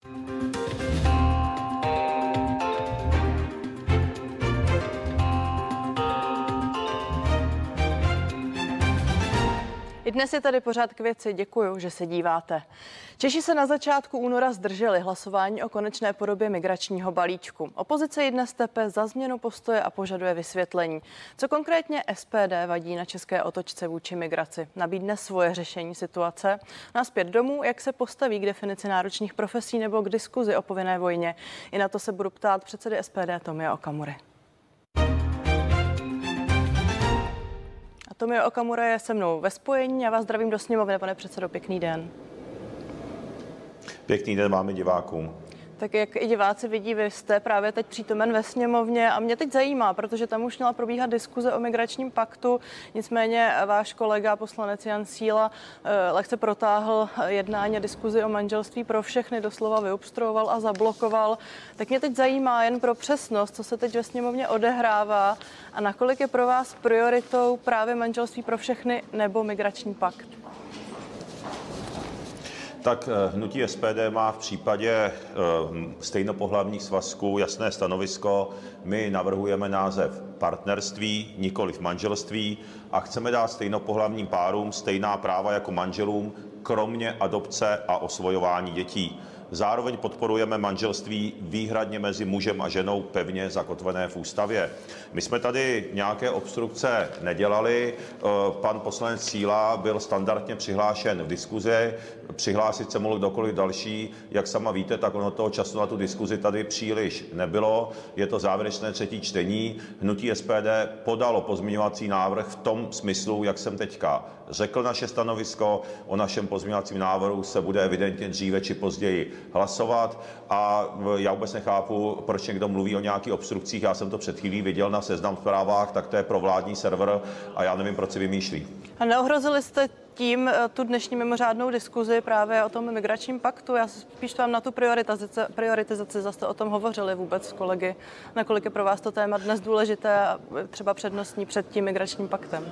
I dnes je tady pořád k věci. Děkuju, že se díváte. Češi se na začátku února zdrželi hlasování o konečné podobě migračního balíčku. Opozice ji dnes tepe za změnu postoje a požaduje vysvětlení. Co konkrétně SPD vadí na české otočce vůči migraci? Nabídne svoje řešení situace. Nazpět domů, jak se postaví k definici náročných profesí nebo k diskuzi o povinné vojně. I na to se budu ptát předsedy SPD Tomia Okamury. Tomio Okamura je se mnou ve spojení. Já vás zdravím do sněmovny, pane předsedo, pěkný den. Pěkný den vám i divákům. Tak jak i diváci vidí, vy jste právě teď přítomen ve sněmovně a mě teď zajímá, protože tam už měla probíhat diskuze o migračním paktu, nicméně váš kolega poslanec Jan Síla lehce protáhl jednání a diskuzi o manželství pro všechny, doslova vyobstruoval a zablokoval. Tak mě teď zajímá jen pro přesnost, co se teď ve sněmovně odehrává a nakolik je pro vás prioritou právě manželství pro všechny nebo migrační pakt? Tak hnutí SPD má v případě stejnopohlavních svazků jasné stanovisko. My navrhujeme název partnerství, nikoliv manželství a chceme dát stejnopohlavním párům stejná práva jako manželům, kromě adopce a osvojování dětí. Zároveň podporujeme manželství výhradně mezi mužem a ženou pevně zakotvené v ústavě. My jsme tady nějaké obstrukce nedělali. Pan poslanec Síla byl standardně přihlášen v diskuzi. Přihlásit se mohl kdokoliv další. Jak sama víte, tak ono toho času na tu diskuzi tady příliš nebylo. Je to závěrečné třetí čtení. Hnutí SPD podalo pozměňovací návrh v tom smyslu, jak jsem teďka řekl naše stanovisko. O našem pozměňovacím návrhu se bude evidentně dříve či později hlasovat a já vůbec nechápu, proč někdo mluví o nějakých obstrukcích. Já jsem to před chvílí viděl na Seznam Zprávách, tak to je provládní server a já nevím, proč si vymýšlí. A neohrozili jste tím tu dnešní mimořádnou diskuzi právě o tom migračním paktu? Já se spíš tam na tu prioritizaci, zase o tom hovořili vůbec s kolegy. Nakolik je pro vás to téma dnes důležité a třeba přednostní před tím migračním paktem?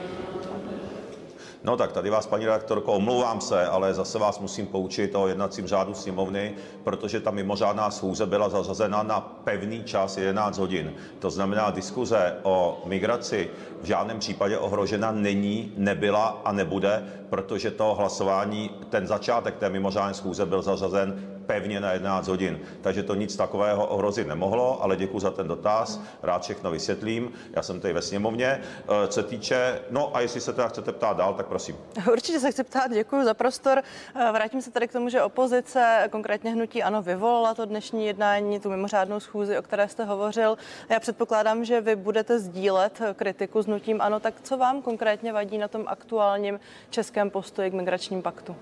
No tak tady vás, paní redaktorko, omlouvám se, ale zase vás musím poučit o jednacím řádu sněmovny, protože ta mimořádná schůze byla zařazena na pevný čas 11 hodin. To znamená, diskuze o migraci v žádném případě ohrožena není, nebyla a nebude, protože to hlasování, ten začátek té mimořádné schůze byl zařazen pevně na 11 hodin. Takže to nic takového ohrozit nemohlo, ale děkuji za ten dotaz, rád všechno vysvětlím. Já jsem tady ve sněmovně. Co se týče, no a jestli se teda chcete ptát dál, tak prosím. Určitě se chci ptát, děkuji za prostor. Vrátím se tady k tomu, že opozice, konkrétně hnutí ANO, vyvolala to dnešní jednání, tu mimořádnou schůzi, o které jste hovořil. Já předpokládám, že vy budete sdílet kritiku s hnutím ANO, tak co vám konkrétně vadí na tom aktuálním českém postoji k migračním paktu?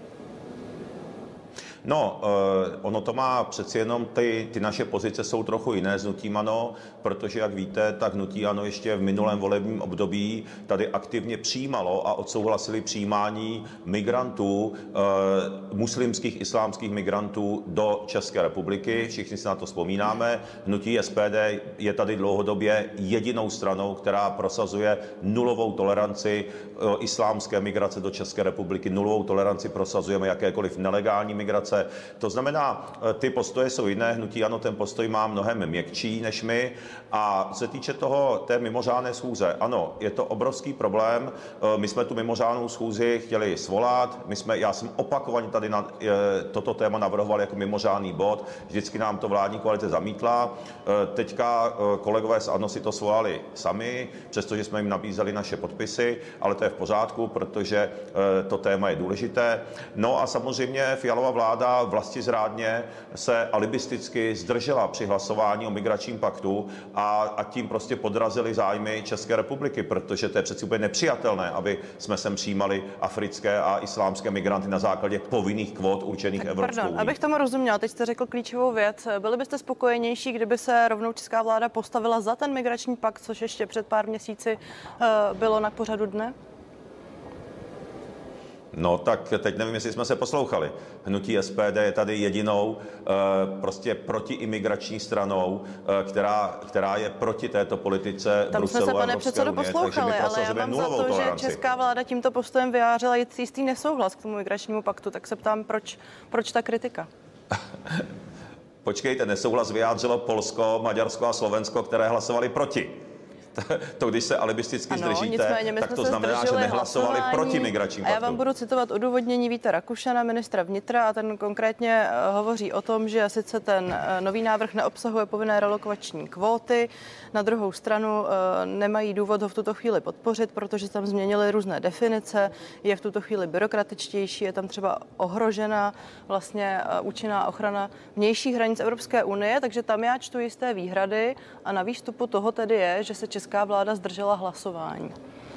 No, ono to má přeci jenom, ty naše pozice jsou trochu jiné s hnutím ANO, protože, jak víte, tak hnutí ANO ještě v minulém volebním období tady aktivně přijímalo a odsouhlasili přijímání migrantů, muslimských, islámských migrantů do České republiky. Všichni si na to vzpomínáme. Hnutí SPD je tady dlouhodobě jedinou stranou, která prosazuje nulovou toleranci islámské migrace do České republiky. Nulovou toleranci prosazujeme jakékoliv nelegální migrace. To znamená, ty postoje jsou jiné, hnutí ANO ten postoj má mnohem měkčí než my a co se týče té mimořádné schůze, ano, je to obrovský problém, my jsme tu mimořádnou schůzi chtěli svolat, já jsem opakovaně tady na toto téma navrhoval jako mimořádný bod, vždycky nám to vládní koalice zamítla, teďka kolegové z ANO si to svolali sami, přestože jsme jim nabízeli naše podpisy, ale to je v pořádku, protože to téma je důležité. No a samozřejmě Fialova vláda vlastizrádně se alibisticky zdržela při hlasování o migračním paktu a tím prostě podrazili zájmy České republiky, protože to je přeci úplně nepřijatelné, aby jsme sem přijímali africké a islámské migranty na základě povinných kvót určených Evropskou unií. Abych tomu rozuměla, teď jste řekl klíčovou věc. Byli byste spokojenější, kdyby se rovnou česká vláda postavila za ten migrační pakt, což ještě před pár měsíci bylo na pořadu dne? No tak teď nevím, jestli jsme se poslouchali. Hnutí SPD je tady jedinou prostě protiimigrační stranou, která je proti této politice tam Bruselu jsme se, a pane Evropské předsedo, unie. poslouchali, ale já mám za to, toleranci. že česká vláda tímto postojem vyjádřila jistý nesouhlas k tomu migračnímu paktu, tak se ptám, proč ta kritika? Počkejte, nesouhlas vyjádřilo Polsko, Maďarsko a Slovensko, které hlasovali proti. To, když se alibisticky zdržíte, tak to znamená, že nehlasovali proti migračním paktům. A já paktům. vám budu citovat odůvodnění Víta Rakušana, ministra vnitra, a ten konkrétně hovoří o tom, že sice ten nový návrh neobsahuje povinné relokační kvóty, na druhou stranu nemají důvod ho v tuto chvíli podpořit, protože tam změnili různé definice, je v tuto chvíli byrokratičtější, je tam třeba ohrožena vlastně účinná ochrana vnějších hranic Evropské unie, takže tam já čtu jisté výhrady a na výstupu toho tedy je, že se česká vláda zdržela hlasování.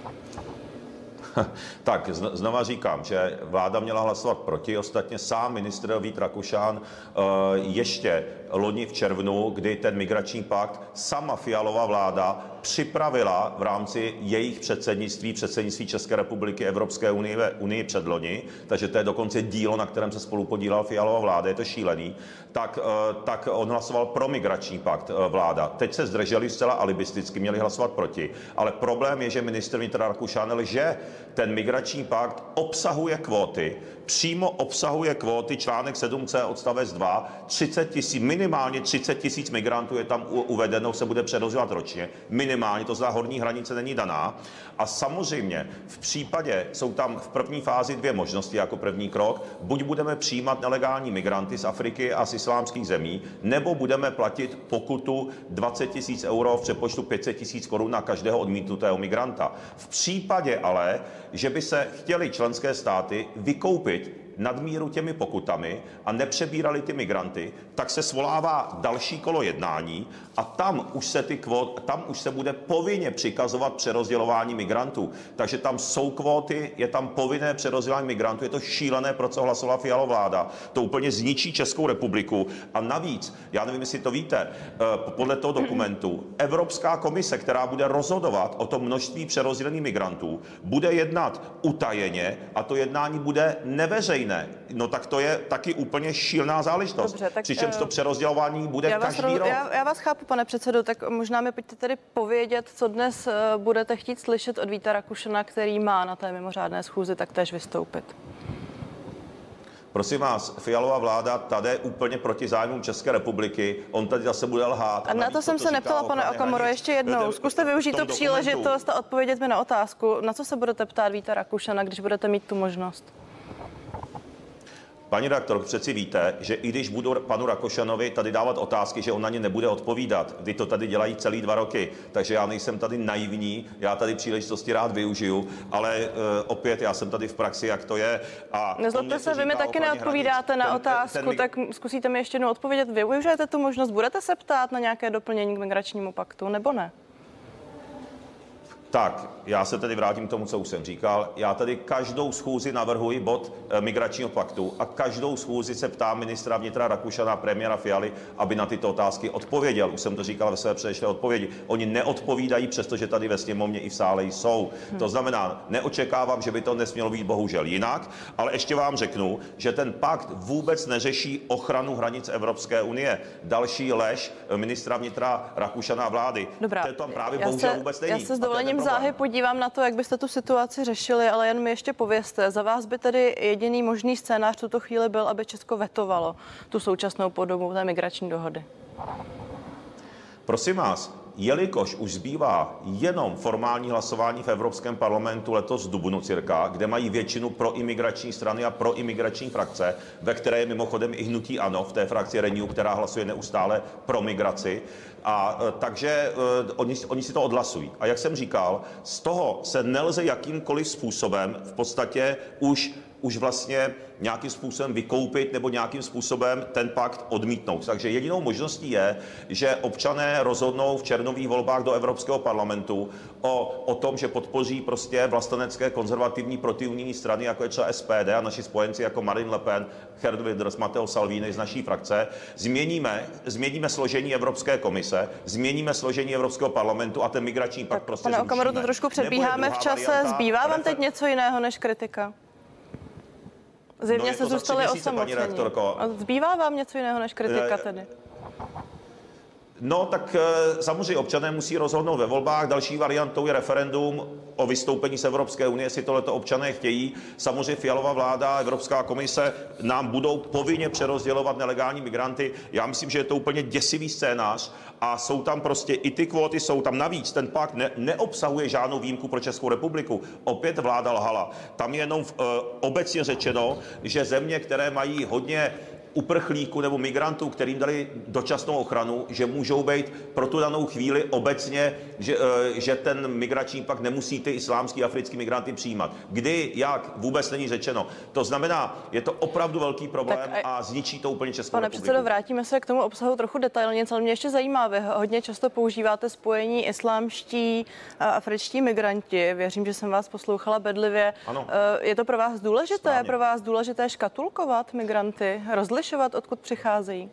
Tak znova říkám, že vláda měla hlasovat proti. Ostatně sám ministr Vít Rakušan ještě loni v červnu, kdy ten migrační pakt sama Fialova vláda připravila v rámci jejich předsednictví České republiky Evropské unii předloni, takže to je dokonce dílo, na kterém se spolupodílala Fialova vláda, je to šílený, tak on hlasoval pro migrační pakt vláda. Teď se zdrželi zcela alibisticky, měli hlasovat proti. Ale problém je, že ministr vnitra Rakušan lže. Ten migrační pakt obsahuje kvóty, přímo obsahuje kvóty, článek 7c odstavec 2, minimálně 30 000 migrantů je tam uvedeno, se bude přerozdělovat ročně. Minimálně, to znamená horní hranice není daná. A samozřejmě v případě, jsou tam v první fázi dvě možnosti jako první krok. Buď budeme přijímat nelegální migranty z Afriky a z islámských zemí, nebo budeme platit pokutu 20 000 euro v přepočtu 500 000 korun na každého odmítnutého migranta. V případě ale, že by se chtěly členské státy vykoupit nadmíru těmi pokutami a nepřebírali ty migranty, tak se svolává další kolo jednání a tam už se bude povinně přikazovat přerozdělování migrantů. Takže tam jsou kvóty, je tam povinné přerozdělování migrantů, je to šílené, pro co hlasovala Fialova vláda. To úplně zničí Českou republiku a navíc, já nevím, jestli to víte, podle toho dokumentu Evropská komise, která bude rozhodovat o tom množství přerozdělených migrantů, bude jednat utajeně a to jednání bude neveřejné. No tak to je taky úplně šílená záležitost. Dobře, tak, přičemž to přerozdělování bude každý rok. Já vás chápu, pane předsedo, tak možná mi pojďte tedy povědět, co dnes budete chtít slyšet od Víta Rakušana, který má na té mimořádné schůzi taktéž vystoupit. Prosím vás, Fialova vláda tady úplně proti zájmům České republiky. On tady zase bude lhát. A na to jsem se neptala, pane Okamuro, ještě jednou. Zkuste využít tu příležitost a odpovědět mi na otázku. Na co se budete ptát Víta Rakušana, když budete mít tu možnost? Paní redaktor, přeci víte, že i když budu panu Rakušanovi tady dávat otázky, že on na ně nebude odpovídat. Vy to tady dělají celý 2 roky, takže já nejsem tady naivní, já tady příležitosti rád využiju, ale opět já jsem tady v praxi, jak to je. A nezlobte se, vy mi taky neodpovídáte na otázku, tak zkusíte mi ještě jednou odpovědět. Vy využijete tu možnost, budete se ptát na nějaké doplnění k migračnímu paktu, nebo ne? Tak, já se tedy vrátím k tomu, co už jsem říkal. Já tady každou schůzi navrhuji bod migračního paktu a každou schůzi se ptám ministra vnitra Rakušana, premiéra Fialy, aby na tyto otázky odpověděl. Už jsem to říkal ve své předešlé odpovědi. Oni neodpovídají, přestože tady ve sněmovně i v sále jsou. To znamená, neočekávám, že by to nesmělo být bohužel jinak, ale ještě vám řeknu, že ten pakt vůbec neřeší ochranu hranic Evropské unie. Další lež ministra vnitra Rakušana vlády. Dobrá, to tam právě bohužel vůbec není. Já se s dovolením záhy podívám na to, jak byste tu situaci řešili, ale jen mi ještě povězte. Za vás by tedy jediný možný scénář v tuto chvíli byl, aby Česko vetovalo tu současnou podobu té migrační dohody. Prosím vás, jelikož už zbývá jenom formální hlasování v Evropském parlamentu letos v dubnu cirka, kde mají většinu pro imigrační strany a pro imigrační frakce, ve které je mimochodem i hnutí ANO v té frakci Renew, která hlasuje neustále pro migraci. A takže oni si to odhlasují. A jak jsem říkal, z toho se nelze jakýmkoliv způsobem v podstatě už vlastně nějakým způsobem vykoupit nebo nějakým způsobem ten pakt odmítnout. Takže jedinou možností je, že občané rozhodnou v červnových volbách do Evropského parlamentu o tom, že podpoří prostě vlastenecké konzervativní protiunijní strany, jako je třeba SPD a naši spojenci jako Marine Le Pen, Geert Wilders, Matteo Salvini z naší frakce. Změníme složení Evropské komise, změníme složení Evropského parlamentu a ten migrační pakt prostě zrušíme. Pane Okamuro, to trošku předbíháme v čase. Zbývá vám teď něco jiného než kritika? Zjevně se zůstali osamocení. Zbývá vám něco jiného než kritika tedy? No tak samozřejmě občané musí rozhodnout ve volbách. Další variantou je referendum o vystoupení z Evropské unie, jestli tohleto občané chtějí. Samozřejmě Fialova vláda, Evropská komise nám budou povinně přerozdělovat nelegální migranty. Já myslím, že je to úplně děsivý scénář a jsou tam prostě i ty kvóty, jsou tam navíc. Ten pakt neobsahuje žádnou výjimku pro Českou republiku. Opět vláda lhala. Tam je jenom obecně řečeno, že země, které mají hodně uprchlíků nebo migrantů, kterým dali dočasnou ochranu, že můžou být pro tu danou chvíli obecně, že ten migrační pakt nemusí ty islámský africký migranty přijímat. Kdy, jak, vůbec není řečeno. To znamená, je to opravdu velký problém a zničí to úplně Českou republiku. Pane předsedo, vrátíme se k tomu obsahu trochu detailně, ale mě ještě zajímá, vy hodně často používáte spojení islámští a afričtí migranti. Věřím, že jsem vás poslouchala bedlivě. Ano. Je to pro vás důležité? Správně. Je pro vás důležité škatulkovat migranty, rozlišovat, odkud přicházejí?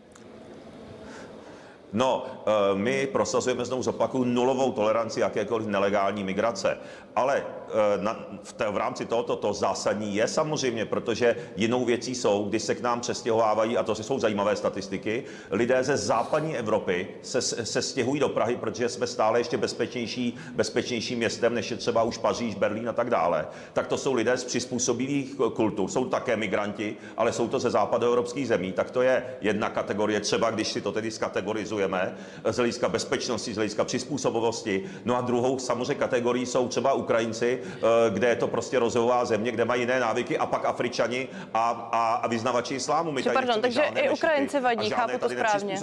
No, my prosazujeme, znovu zopakuju, nulovou toleranci jakékoliv nelegální migrace. Ale v rámci tohoto to zásadní je samozřejmě, protože jinou věcí jsou, když se k nám přestěhovávají, a to jsou zajímavé statistiky, lidé ze západní Evropy se stěhují do Prahy, protože jsme stále ještě bezpečnějším městem, než je třeba už Paříž, Berlín a tak dále. Tak to jsou lidé z přizpůsobivých kultur. Jsou také migranti, ale jsou to ze západoevropských zemí. Tak to je jedna kategorie, třeba když si to tedy skategorizujeme z hlediska bezpečnosti, z hlediska přizpůsobivosti. No a druhou samozřejmě kategorii jsou třeba Ukrajinci, kde je to prostě rozvojová země, kde mají jiné návyky, a pak Afričani a vyznavači islámu. Takže i Ukrajinci vadí, chápu to správně.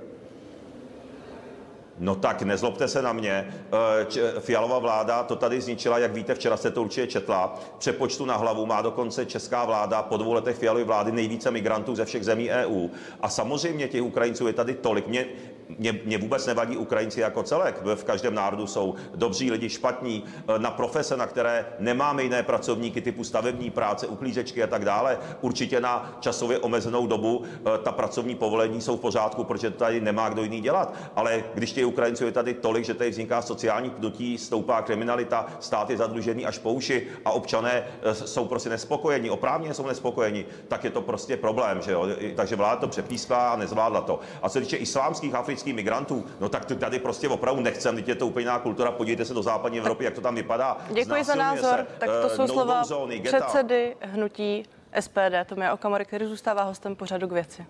No tak nezlobte se na mě. Fialova vláda to tady zničila, jak víte, včera jste to určitě četla. Přepočtu na hlavu má dokonce česká vláda po 2 letech Fialovy vlády nejvíce migrantů ze všech zemí EU. A samozřejmě těch Ukrajinců je tady tolik. Mě vůbec nevadí Ukrajinci jako celek. V každém národu jsou dobří lidi, špatní, na profese, na které nemáme jiné pracovníky typu stavební práce, uklízečky a tak dále. Určitě na časově omezenou dobu ta pracovní povolení jsou v pořádku, protože to tady nemá kdo jiný dělat. Ale když těch Ukrajinců je tady tolik, že tady vzniká sociální pnutí, stoupá kriminalita, stát je zadlužený až po uši a občané jsou prostě nespokojení, oprávněně jsou nespokojení, tak je to prostě problém, že jo? Takže vláda to přepískla a nezvládla to. A co se týče islámských afrických migrantů, no tak to tady prostě opravdu nechcem, teď je to úplně jiná kultura, podívejte se do západní Evropy, jak to tam vypadá. Děkuji za názor. Tak to jsou slova předsedy hnutí SPD Tomia Okamury, který zůstává hostem pořadu K věci.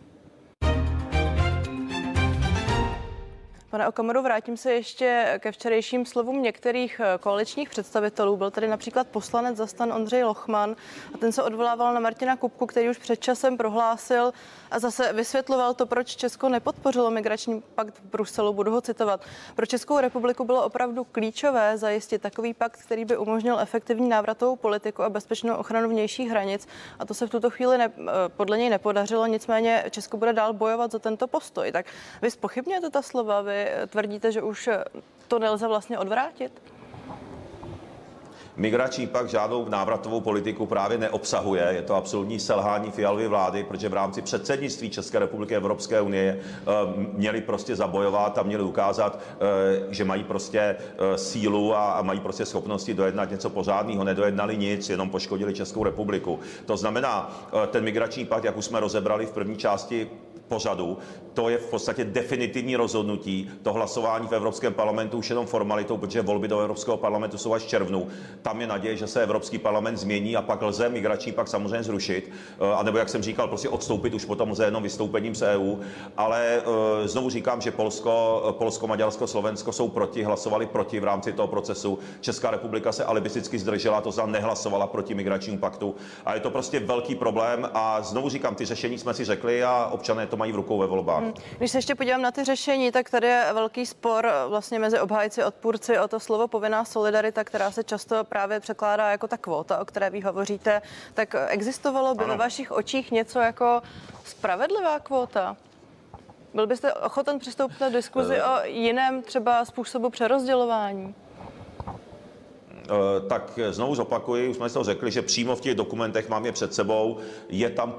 Pane Okamuro, vrátím se ještě ke včerejším slovům některých koaličních představitelů. Byl tady například poslanec za STAN Ondřej Lochman a ten se odvolával na Martina Kupku, který už před časem prohlásil a zase vysvětloval to, proč Česko nepodpořilo migrační pakt v Bruselu. Budu ho citovat. Pro Českou republiku bylo opravdu klíčové zajistit takový pakt, který by umožnil efektivní návratovou politiku a bezpečnou ochranu vnějších hranic. A to se v tuto chvíli podle něj nepodařilo, nicméně Česko bude dál bojovat za tento postoj. Tak vy zpochybňujete ta slova, vy tvrdíte, že už to nelze vlastně odvrátit? Migrační pakt žádnou návratovou politiku právě neobsahuje. Je to absolutní selhání Fialovy vlády, protože v rámci předsednictví České republiky Evropské unie měli prostě zabojovat a měli ukázat, že mají prostě sílu a mají prostě schopnosti dojednat něco pořádného. Nedojednali nic, jenom poškodili Českou republiku. To znamená, ten migrační pakt, jak už jsme rozebrali v první části pořadu, to je v podstatě definitivní rozhodnutí. To hlasování v Evropském parlamentu už jenom formalitou, protože volby do Evropského parlamentu jsou až v červnu. Tam je naděje, že se Evropský parlament změní a pak lze migrační pakt samozřejmě zrušit, anebo jak jsem říkal, prostě odstoupit už potom lze jenom vystoupením z EU. Ale znovu říkám, že Polsko, Maďarsko, Slovensko jsou proti, hlasovali proti v rámci toho procesu. Česká republika se alibisticky zdržela, to znamená nehlasovala proti migračnímu paktu. A je to prostě velký problém a znovu říkám, ty řešení jsme si řekli a občané to mají v rukou ve volbách. Když se ještě podívám na ty řešení, tak tady je velký spor vlastně mezi obhájci a odpůrci o to slovo povinná solidarita, která se často právě překládá jako ta kvóta, o které vy hovoříte. Tak existovalo by ve vašich očích něco jako spravedlivá kvóta? Byl byste ochoten přistoupit na diskuzi o jiném třeba způsobu přerozdělování? tak znovu zopakuji, už jsme si to řekli, že přímo v těch dokumentech, mám je před sebou, je tam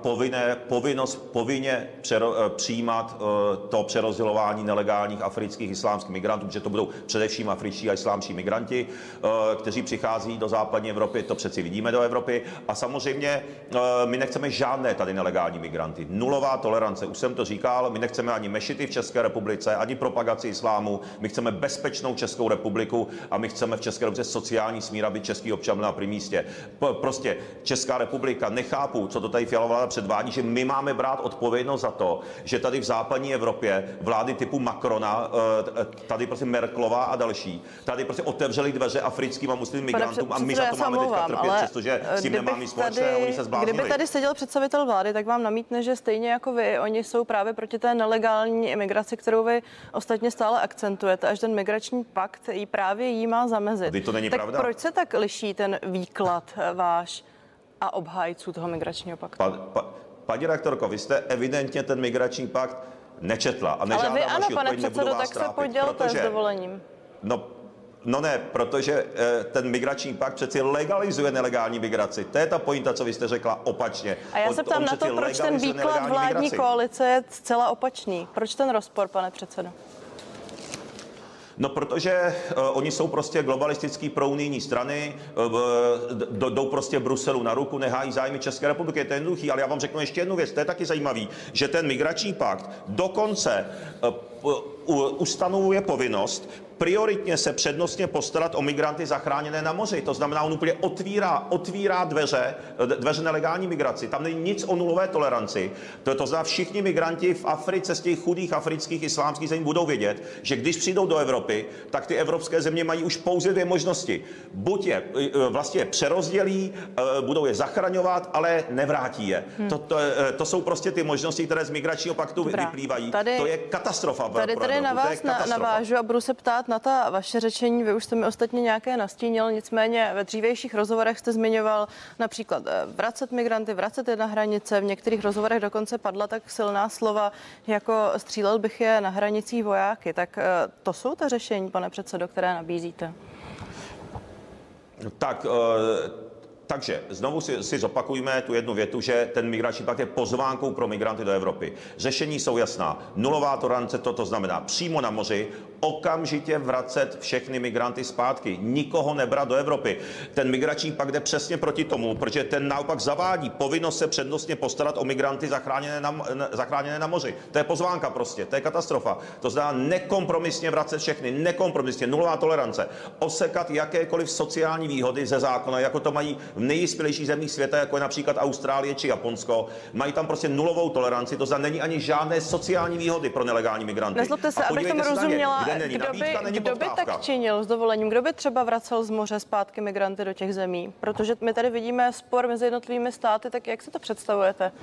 povinně přijímat to přerozdělování nelegálních afrických islámských migrantů, protože to budou především afričtí a islámští migranti, kteří přichází do západní Evropy, to přeci vidíme do Evropy. A samozřejmě my nechceme žádné tady nelegální migranty. Nulová tolerance, už jsem to říkal, my nechceme ani mešity v České republice, ani propagaci islámu, my chceme bezpečnou Českou republiku a my chceme v České republice sociální smír, aby český občan byl na prvním místě. Prostě Česká republika, nechápu, co to tady Fialova vláda předvádí, že my máme brát odpovědnost za to, že tady v západní Evropě vlády typu Macrona, tady prostě Merkelová a další, tady prostě otevřeli dveře africkým a muslimským migrantům a my za to máme teďka trpět, přestože s tím nemá nic společného, oni se zbláznili. Kdyby tady seděl představitel vlády, tak vám namítne, že stejně jako vy, oni jsou právě proti té nelegální imigraci, kterou vy ostatně stále akcentujete, až ten migrační pakt právě jí má zamezit. To není tak pravda. Proč se tak liší ten výklad váš a obhájců toho migračního paktu? Paní rektorko, vy jste evidentně ten migrační pakt nečetla a nežádám. Ale vy ano, vaši pane odpověď, předsedo, tak se podělte s dovolením. No ne, protože ten migrační pakt přeci legalizuje nelegální migraci. To je ta pointa, co vy jste řekla opačně. A já se ptám na to, proč ten výklad vládní koalice je zcela opačný. Proč ten rozpor, pane předsedo? No, protože oni jsou prostě globalistický prounijní strany, jdou prostě Bruselu na ruku, nehájí zájmy České republiky, je to jednoduchý, ale já vám řeknu ještě jednu věc, to je taky zajímavý, že ten migrační pakt dokonce ustanovuje povinnost prioritně se přednostně postarat o migranty zachráněné na moři. To znamená, on úplně otvírá dveře nelegální migraci. Tam není nic o nulové toleranci. To znamená, všichni migranti v Africe z těch chudých afrických islámských zemí budou vědět, že když přijdou do Evropy, tak ty evropské země mají už pouze dvě možnosti. Buď je vlastně přerozdělí, budou je zachraňovat, ale nevrátí je. To jsou prostě ty možnosti, které z migračního paktu vyplývají. To je katastrofa. Tady na vás navážu a budu se ptát na ta vaše řečení. Vy už jste mi ostatně nějaké nastínil, nicméně ve dřívějších rozhovorech jste zmiňoval například vracet migranty, vracet je na hranice. V některých rozhovorech dokonce padla tak silná slova, jako střílel bych je na hranicích vojáky. Tak to jsou ta řešení, pane předsedo, které nabízíte? Takže znovu si zopakujme tu jednu větu, že ten migrační pakt je pozvánkou pro migranty do Evropy. Řešení jsou jasná. Nulová tolerance, to znamená přímo na moři, okamžitě vracet všechny migranty zpátky, nikoho nebrat do Evropy. Ten migrační pakt jde přesně proti tomu, protože ten naopak zavádí povinnost se přednostně postarat o migranty zachráněné na moři. To je pozvánka prostě, to je katastrofa. To znamená nekompromisně vracet všechny, nekompromisně, nulová tolerance, osekat jakékoliv sociální výhody ze zákona, jako to mají v nejvyspělejších zemích světa, jako je například Austrálie či Japonsko. Mají tam prostě nulovou toleranci, to znamená není ani žádné sociální výhody pro nelegální migranty. Nezlobte se, abych tomu rozuměla, kdo by tak činil s dovolením, kdo by třeba vracel z moře zpátky migranty do těch zemí? Protože my tady vidíme spor mezi jednotlivými státy, tak jak si to představujete?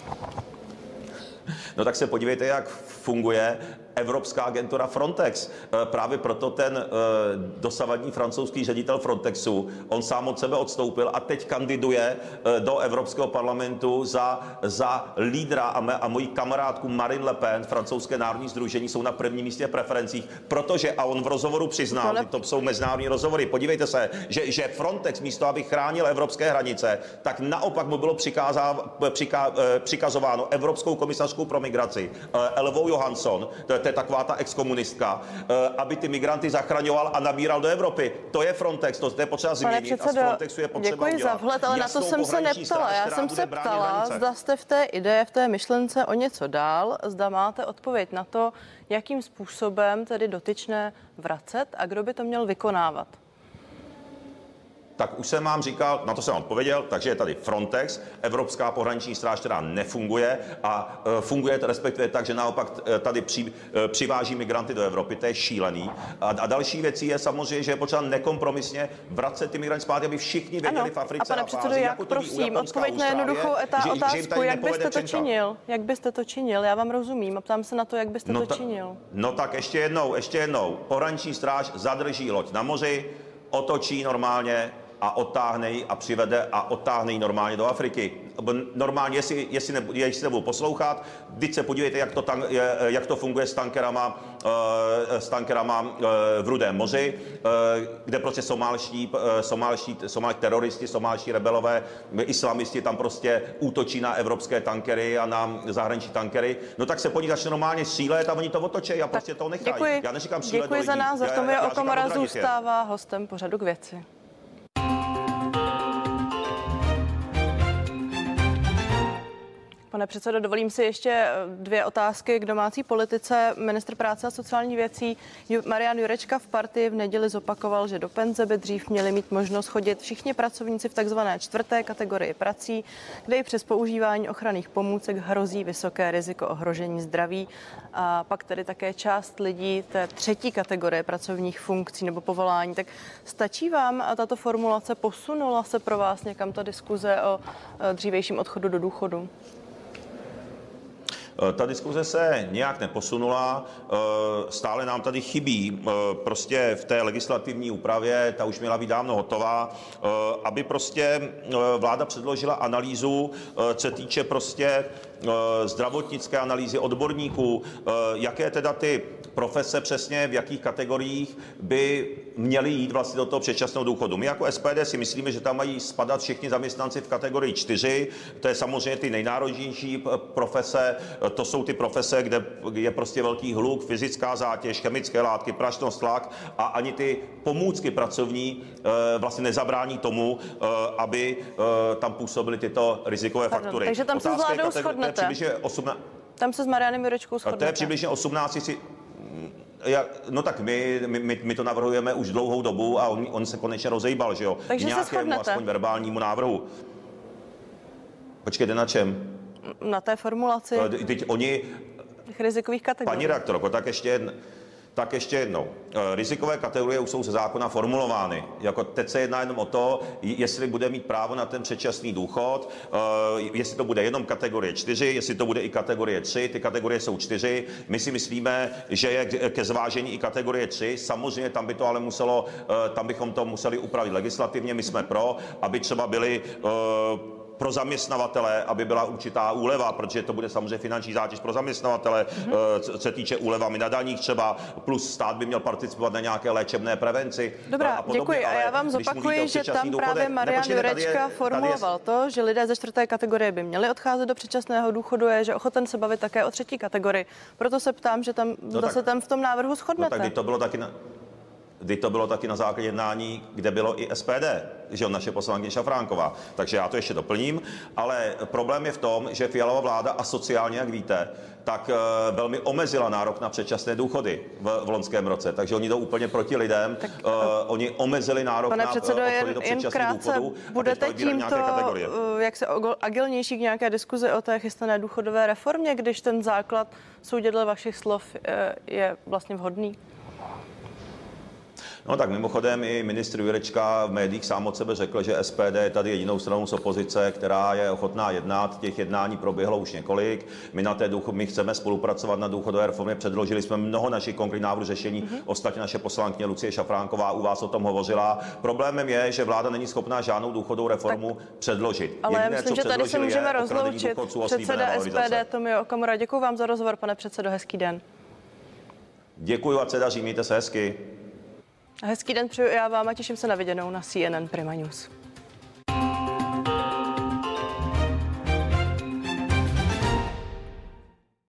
No tak se podívejte, jak funguje Evropská agentura Frontex. Právě proto ten dosavadní francouzský ředitel Frontexu, on sám od sebe odstoupil a teď kandiduje do Evropského parlamentu za lídra a moji kamarádku Marine Le Pen, francouzské národní sdružení, jsou na prvním místě preferencích, protože, a on v rozhovoru přiznal, to jsou mezinárodní rozhovory, podívejte se, že Frontex místo, aby chránil evropské hranice, tak naopak mu bylo přikazováno Evropskou komisařkou pro migraci Elvou Johansson, to je taková ta exkomunistka, aby ty migranty zachraňoval a nabíral do Evropy. To je Frontex, to je potřeba změnit a z Frontexu je potřeba děkuji za vhled, ale na to jsem se neptala. Já jsem se ptala, zda jste v té ideje, v té myšlence o něco dál, zda máte odpověď na to, jakým způsobem tedy dotyčné vracet a kdo by to měl vykonávat. Tak už jsem vám říkal, na to jsem odpověděl, takže je tady Frontex, Evropská pohraniční stráž, která nefunguje a funguje to respektive tak, že naopak tady přiváží migranty do Evropy, to je šílený. A další věcí je samozřejmě, že je potřeba nekompromisně vracet ty migranty zpátky, aby všichni věděli v Africe a pane předsedo, jak prosím, odpověď na jednoduchou otázku, jak byste to činil? Jak byste to činil? Já vám rozumím a ptám se na to, jak byste to činil. No tak ještě jednou. Pohraniční stráž zadrží loď na moři, otočí normálně a odtáhne ji a přivede a odtáhne ji normálně do Afriky. Normálně, jestli nebudou poslouchat, vždyť se podívejte, jak to funguje s tankerama v Rudém moři, kde prostě somálští teroristi, somálští rebelové, islamisti tam prostě útočí na evropské tankery a na zahraniční tankery. No tak se po nich začne normálně střílet a oni to otočí a prostě to nechají. Děkuji. Já neříkám střílet do Děkuji lidí. za názor. Tomio Okamura zůstává hostem pořadu K věci. Pane předsedo, dovolím si ještě 2 otázky k domácí politice. Ministr práce a sociální věcí Marian Jurečka v Partii v neděli zopakoval, že do penze by dřív měli mít možnost chodit všichni pracovníci v takzvané 4. kategorii prací, kde i přes používání ochranných pomůcek hrozí vysoké riziko ohrožení zdraví. A pak tedy také část lidí té 3. kategorie pracovních funkcí nebo povolání. Tak stačí vám tato formulace? Posunula se pro vás někam ta diskuze o dřívějším odchodu do důchodu? Ta diskuze se nějak neposunula, stále nám tady chybí prostě v té legislativní úpravě, ta už měla být dávno hotová, aby prostě vláda předložila analýzu, co se týče prostě zdravotnické analýzy odborníků, jaké teda ty profese přesně, v jakých kategoriích by měly jít vlastně do toho předčasného důchodu. My jako SPD si myslíme, že tam mají spadat všichni zaměstnanci v kategorii 4, to je samozřejmě ty nejnáročnější profese, to jsou ty profese, kde je prostě velký hluk, fyzická zátěž, chemické látky, prašnost, tlak a ani ty pomůcky pracovní vlastně nezabrání tomu, aby tam působily tyto rizikové faktory. Takže tam se s vládou shodnete. Tam se s Marianem Jurečkou shodnete. To je přibližně 18 no tak my to navrhujeme už dlouhou dobu a on se konečně rozejbal, že jo? Takže se shodnete. Aspoň verbálnímu návrhu. Počkejte, na čem? Na té formulaci. Teď oni... Těch rizikových kategorií. Paní redaktorko, tak ještě jednou. Rizikové kategorie už jsou ze zákona formulovány. Jako teď se jedná jenom o to, jestli bude mít právo na ten předčasný důchod, jestli to bude jenom kategorie 4, jestli to bude i kategorie 3, ty kategorie jsou 4. My si myslíme, že je ke zvážení i kategorie 3. Samozřejmě tam bychom to museli upravit legislativně. My jsme pro, aby třeba byly pro zaměstnavatele, aby byla určitá úleva, protože to bude samozřejmě finanční zátěž pro zaměstnavatele, co se týče úlevami na daních třeba, plus stát by měl participovat na nějaké léčebné prevenci. Dobrá, děkuji. A já vám zopakuji, že tam právě Marian Jurečka formuloval to, že lidé ze 4. kategorie by měli odcházet do předčasného důchodu, je, že ochoten se bavit také o 3. kategorii. Proto se ptám, že tam zase tam v tom návrhu shodnete. No tak to bylo taky na základě jednání, kde bylo i SPD, že naše poslankyně Šafránková. Takže já to ještě doplním, ale problém je v tom, že Fialova vláda asociálně, jak víte, tak velmi omezila nárok na předčasné důchody v loňském roce. Takže oni jdou úplně proti lidem. Oni omezili nárok na odchody do předčasných důchodů. Budete tímto jak se agilnější k nějaké diskuzi o té chystané důchodové reformě, když ten základ soudě dle vašich slov je vlastně vhodný? No tak mimochodem i ministr Jurečka v médiích sám od sebe řekl, že SPD je tady jedinou stranou z opozice, která je ochotná jednat. Těch jednání proběhlo už několik. My chceme spolupracovat na důchodové reformě. Předložili jsme mnoho našich konkrétních návrhů řešení. Ostatně naše poslankyně Lucie Šafránková u vás o tom hovořila. Problémem je, že vláda není schopná žádnou důchodovou reformu předložit. Ale já myslím, že tady se můžeme rozloučit. Předseda SPD Tomio Okamura, děkuji vám za rozhovor, pane předsedo, hezký den. Děkuji a daří, mějte se hezky. Hezký den přeju já vám a těším se na viděnou na CNN Prima News.